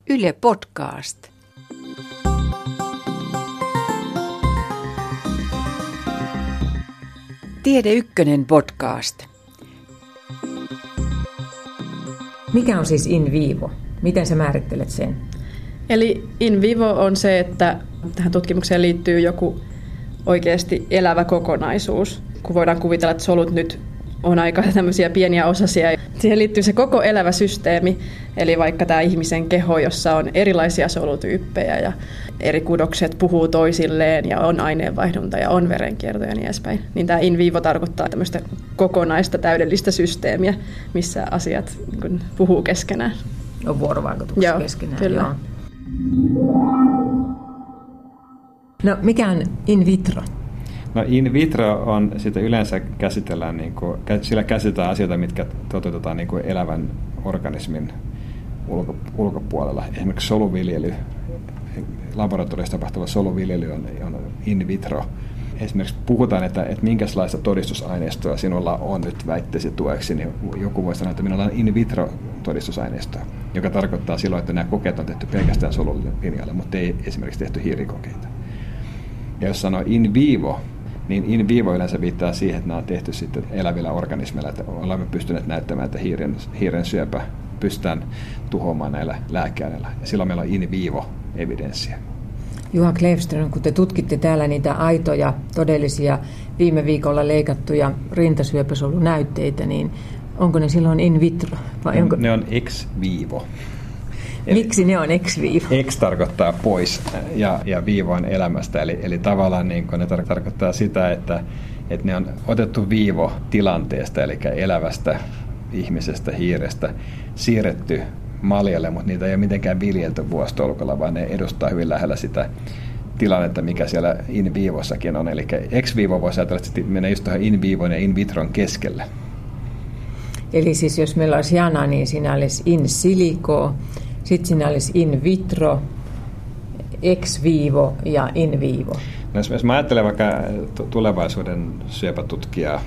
Yle Podcast. Tiede Ykkönen podcast. Mikä on siis in vivo? Miten sä määrittelet sen? Eli in vivo on se, että tähän tutkimukseen liittyy joku oikeasti elävä kokonaisuus. Kun voidaan kuvitella, että solut nyt on aika tämmöisiä pieniä osasia. Siihen liittyy se koko elävä systeemi, eli vaikka tämä ihmisen keho, jossa on erilaisia solutyyppejä ja eri kudokset puhuu toisilleen ja on aineenvaihdunta ja on verenkierto ja niin edespäin. Niin tämä in vivo tarkoittaa tämmöistä kokonaista täydellistä systeemiä, missä asiat niin puhuu keskenään. On vuorovaikutuksessa keskenään. Kyllä. Joo. No mikä on in vitro? No in vitro on, sitä yleensä käsitellään, sillä käsitellään asioita, mitkä toteutetaan niin kuin elävän organismin ulkopuolella. Esimerkiksi soluviljely, laboratoriossa tapahtuva soluviljely on in vitro. Esimerkiksi puhutaan, että minkälaista todistusaineistoa sinulla on nyt väitteesi tueksi, niin joku voi sanoa, että minulla on in vitro todistusaineistoa, joka tarkoittaa silloin, että nämä kokeet on tehty pelkästään solulinjalla, mutta ei esimerkiksi tehty hiirikokeita. Ja jos sanoo in vivo, niin in vivo yleensä viittaa siihen, että nämä on tehty sitten elävillä organismeilla, että olemme pystyneet näyttämään, että hiiren syöpä pystytään tuhoamaan näillä lääkeaineilla. Ja silloin meillä on in vivo evidenssiä. Juha Klevström, kun te tutkitte täällä niitä aitoja, todellisia viime viikolla leikattuja rintasyöpäsolunäytteitä, niin onko ne silloin in vitro? Vai onko... Ne on ex vivo. Miksi ne on ex vivo? Ex tarkoittaa pois ja viivo on elämästä. Eli tavallaan niin ne tarkoittaa sitä, että ne on otettu viivo tilanteesta, eli elävästä ihmisestä, hiirestä, siirretty maljalle, mutta niitä ei ole mitenkään viljelty vuositolkulla, vaan ne edustaa hyvin lähellä sitä tilannetta, mikä siellä in vivossakin on. Eli ex vivo voisi ajatella, että menee just tuohon in vivon ja in vitron keskellä. Eli siis jos meillä olisi jana, niin siinä olisi in silico, sitten siinä olisi in vitro, ex vivo ja in vivo. No jos mä ajattelen vaikka tulevaisuuden syöpätutkijaa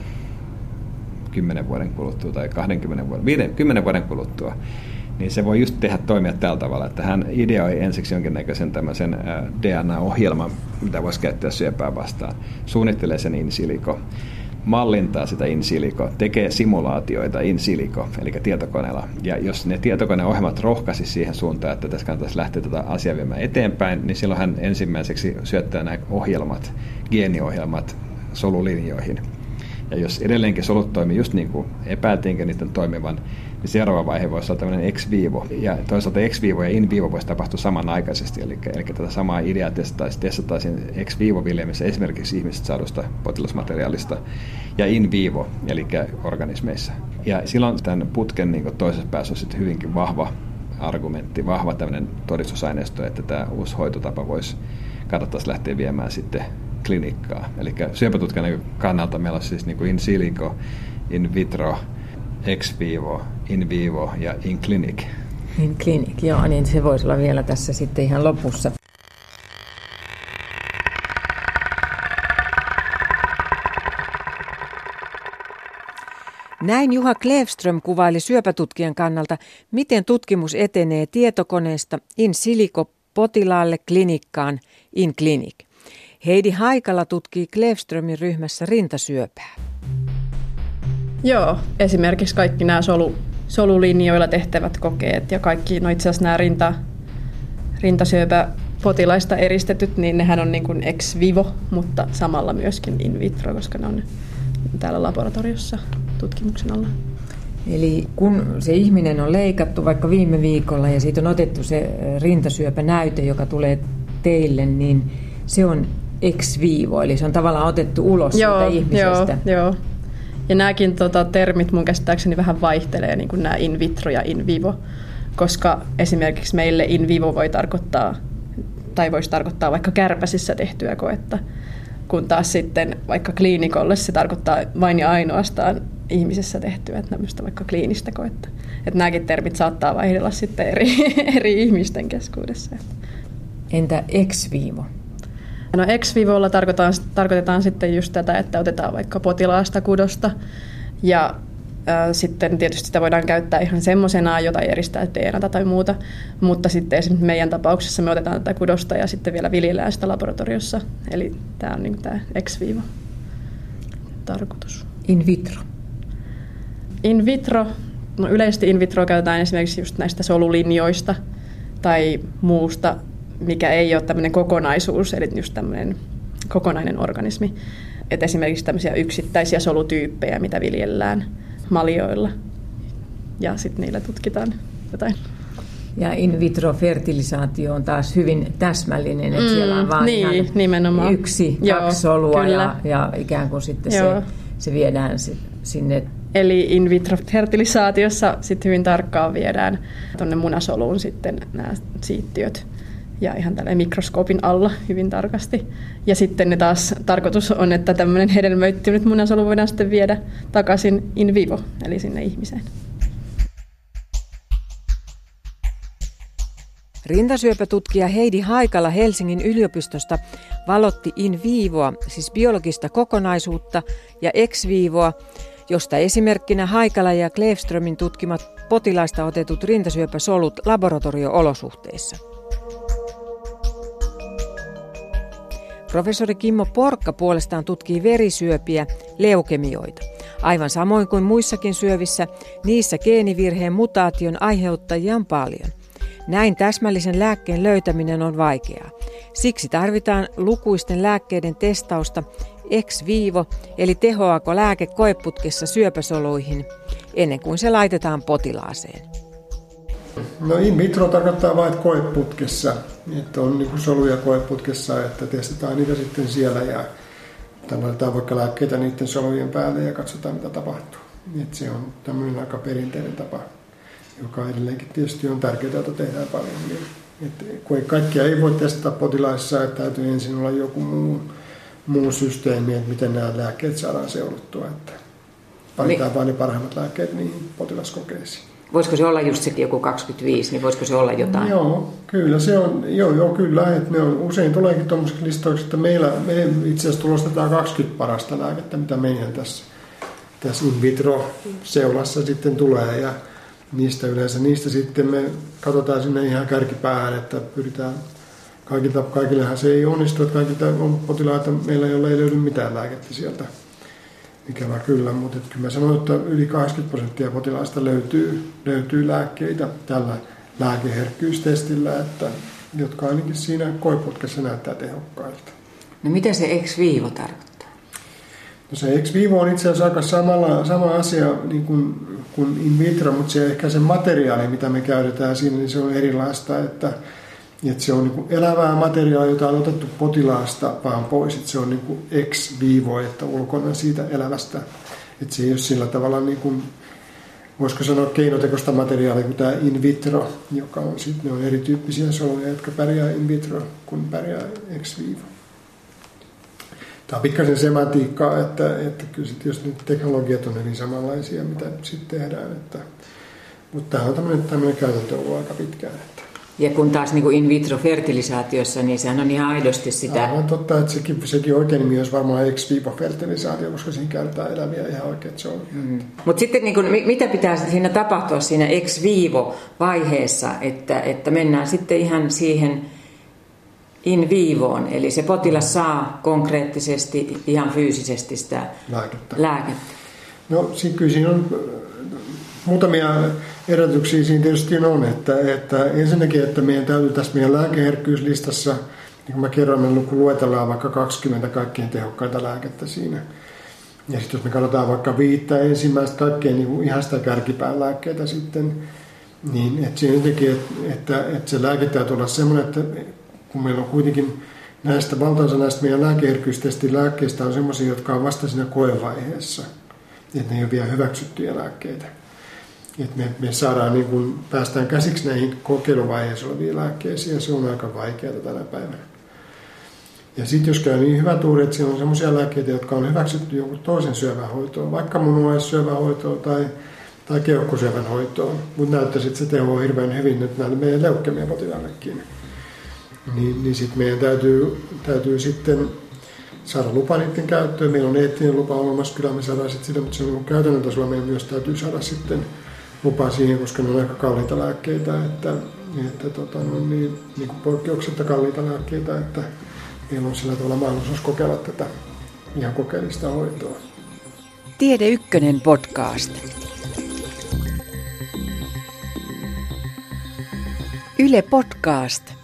10 vuoden kuluttua tai 10 vuoden kuluttua, niin se voi just tehdä toimia tällä tavalla, että hän ideoi ensiksi jonkinnäköisen tämmöisen DNA-ohjelman, mitä voisi käyttää syöpää vastaan, suunnittelee sen in silico, mallintaa sitä in silico, tekee simulaatioita in silico, eli tietokoneella. Ja jos ne tietokoneohjelmat rohkaisi siihen suuntaan, että tässä kannattaisi lähteä tätä asiaa viemään eteenpäin, niin silloin hän ensimmäiseksi syöttää nämä ohjelmat, geeniohjelmat solulinjoihin. Ja jos edelleenkin solut toimii just niin kuin epäiltiinkin niiden toimivan, niin seuraava vaihe voisi olla tämmöinen ex vivo. Ja toisaalta ex vivo ja in vivo voisi tapahtua samanaikaisesti. Eli tätä samaa ideaa testattaisiin ex vivo viljelmissä esimerkiksi ihmiset saadusta potilasmateriaalista ja in vivo, eli organismeissa. Ja silloin tämän putken niin toisessa päässä on sitten hyvinkin vahva argumentti, vahva tämmöinen todistusaineisto, että tämä uusi hoitotapa kannattaisi lähteä viemään sitten klinikkaa. Eli syöpätutkijan kannalta meillä on siis niin kuin in silico, in vitro, ex vivo, in vivo ja in clinic. In clinic, joo, niin se voisi olla vielä tässä sitten ihan lopussa. Näin Juha Klevström kuvaili syöpätutkijan kannalta, miten tutkimus etenee tietokoneesta in silico potilaalle klinikkaan in clinic. Heidi Haikala tutkii Klevströmin ryhmässä rintasyöpää. Joo, esimerkiksi kaikki nämä solulinjoilla tehtävät kokeet ja kaikki, no itse asiassa nämä rintasyöpäpotilaista eristetyt, niin nehän on niin kuin ex vivo, mutta samalla myöskin in vitro, koska ne on täällä laboratoriossa tutkimuksen alla. Eli kun se ihminen on leikattu vaikka viime viikolla ja siitä on otettu se rintasyöpänäyte, joka tulee teille, niin se on ex vivo, eli se on tavallaan otettu ulos siitä ihmisestä. Joo. Ja nämäkin termit mun käsittääkseni vähän vaihtelee, niin kuin nämä in vitro ja in vivo, koska esimerkiksi meille in vivo voi tarkoittaa, tai voisi tarkoittaa vaikka kärpäsissä tehtyä koetta, kun taas sitten vaikka kliinikolle se tarkoittaa vain ja ainoastaan ihmisessä tehtyä, tämmöistä vaikka kliinistä koetta. Että nämäkin termit saattaa vaihdella sitten eri ihmisten keskuudessa. Entä ex vivo? No ex vivolla tarkoitetaan sitten just tätä, että otetaan vaikka potilaasta kudosta ja Sitten tietysti sitä voidaan käyttää ihan semmoisenaan, jota eristää DNAta tai muuta, mutta sitten esimerkiksi meidän tapauksessa me otetaan tätä kudosta ja sitten vielä viljellään sitä laboratoriossa. Eli tämä on niin tämä ex vivo tarkoitus. In vitro? In vitro, no yleisesti in vitro käytetään esimerkiksi just näistä solulinjoista tai muusta, mikä ei ole tämmöinen kokonaisuus, eli just tämmöinen kokonainen organismi. Et esimerkiksi tämmöisiä yksittäisiä solutyyppejä, mitä viljellään maljoilla, ja sitten niillä tutkitaan jotain. Ja in vitro fertilisaatio on taas hyvin täsmällinen, että siellä on vain nimenomaan. kaksi solua ja ikään kuin sitten se viedään sinne. Eli in vitro fertilisaatiossa sitten hyvin tarkkaan viedään tuonne munasoluun sitten nämä siittiöt ja ihan tällä mikroskoopin alla hyvin tarkasti. Ja sitten ne taas tarkoitus on, että tämmöinen hedelmöittynyt munasolu voidaan sitten viedä takaisin in vivo, eli sinne ihmiseen. Rintasyöpätutkija Heidi Haikala Helsingin yliopistosta valotti in vivoa, siis biologista kokonaisuutta, ja ex vivoa, josta esimerkkinä Haikala ja Klefströmin tutkimat potilaista otetut rintasyöpäsolut laboratorio-olosuhteissa. Professori Kimmo Porkka puolestaan tutkii verisyöpiä, leukemioita. Aivan samoin kuin muissakin syövissä, niissä geenivirheen mutaation aiheuttajia on paljon. Näin täsmällisen lääkkeen löytäminen on vaikeaa. Siksi tarvitaan lukuisten lääkkeiden testausta ex vivo, eli tehoaako lääke koeputkessa syöpäsoluihin, ennen kuin se laitetaan potilaaseen. No in vitro tarkoittaa vain koeputkessa, että on niin soluja koeputkessa, että testataan niitä sitten siellä ja laitetaan vaikka lääkkeitä niiden solujen päälle ja katsotaan mitä tapahtuu. Että se on tämmöinen aika perinteinen tapa, joka edelleenkin tietysti on tärkeää, että tehdään paljon. Että kun kaikkia ei voi testata potilaissa, että täytyy ensin olla joku muu systeemi, että miten nämä lääkkeet saadaan seulottua. Että valitaan vain ne parhaimmat lääkkeet niihin potilaskokeisiin. Voisiko se olla just se joku 25, niin voisiko se olla jotain? Joo, kyllä se on. Kyllä. Että ne on, usein tuleekin tuollaiseksi listaukseksi, että me itse asiassa tulostetaan 20 parasta lääkettä, mitä meidän tässä in vitro-seulassa sitten tulee. Ja niistä sitten me katsotaan sinne ihan kärkipäähän, että pyritään kaikillehan se ei onnistu, että kaikilta on potilaita meillä, joilla ei löydy mitään lääkettä sieltä. Ikävä kyllä, mutta kyllä mä sanon, että yli 80% potilaista löytyy lääkkeitä tällä lääkeherkkyystestillä, jotka ainakin siinä koeputkessa näyttää tehokkailta. No mitä se ex vivo tarkoittaa? No se ex vivo on itse asiassa aika sama asia niin kuin in vitro, mutta ehkä se materiaali, mitä me käytetään siinä, niin se on erilaista, että se on niin kuin elävää materiaalia, jota on otettu potilaasta vaan pois. Että se on niin kuin ex vivo, että ulkona siitä elävästä. Että se ei ole sillä tavalla, niin kuin, voisiko sanoa keinotekoista materiaalia kuin tämä in vitro, joka on sitten, ne on erityyppisiä soluja, jotka pärjää in vitro, kun pärjää ex vivo. Tämä on pikkasen semantiikkaa, että kyllä sit, jos nyt teknologiat on hyvin samanlaisia, mitä sitten tehdään. Mutta tämä on tämmöinen käytäntö ollut aika pitkään. Ja kun taas niin kuin in vitro fertilisaatiossa, niin sehän on ihan aidosti sitä. Aivan totta, että sekin oikein nimi olisi varmaan ex vivo fertilisaatio, koska siinä käytetään eläviä ihan oikein. Mutta sitten niin kuin, mitä pitää siinä tapahtua siinä ex vivo vaiheessa, että mennään sitten ihan siihen in vivoon, eli se potilas saa konkreettisesti ihan fyysisesti sitä lääkettä. No kyllä siinä on muutamia erotuksia siinä tietysti on, että ensinnäkin, että meidän täytyy tässä meidän lääkeherkkyyslistassa, niin kuin mä kerroin, me luetellaan vaikka 20 kaikkein tehokkaita lääkettä siinä. Ja sitten jos me katsotaan vaikka 5 ensimmäistä kaikkein niin ihan sitä kärkipään lääkkeitä sitten, niin että siinä jotenkin, että se lääke täytyy olla semmoinen, että kun meillä on kuitenkin valtaosa näistä meidän lääkeherkkyystestin lääkkeistä on semmoisia, jotka on vasta siinä koevaiheessa, että ne ei ole vielä hyväksyttyjä lääkkeitä. Että me saadaan, niin kun päästään käsiksi näihin kokeiluvaiheessa oleviin lääkkeisiin, ja se on aika vaikeaa tänä päivänä. Ja sitten jos käy niin hyvä tuuri, että siellä on sellaisia lääkkeitä, jotka on hyväksytty jonkun toisen syövän hoitoon, vaikka munuaissyövän hoitoon tai keuhkosyövän hoitoon, mutta näyttäisi, että se teho on hirveän hyvin nyt näille meidän leukemiapotilaillekin. Niin sitten meidän täytyy sitten saada lupa niiden käyttöön. Meillä on eettinen lupa olemassa, kyllä me saadaan sitten sitä, mutta se on käytännön tasolla meidän myös täytyy saada sitten lupa siihen, koska ne on aika kalliita lääkkeitä, että niin kuin poikkeuksetta kalliita lääkkeitä, että meillä on sillä tavalla mahdollisuus kokeilla tätä ihan kokeellista hoitoa. Tiede Ykkönen podcast. Yle Podcast.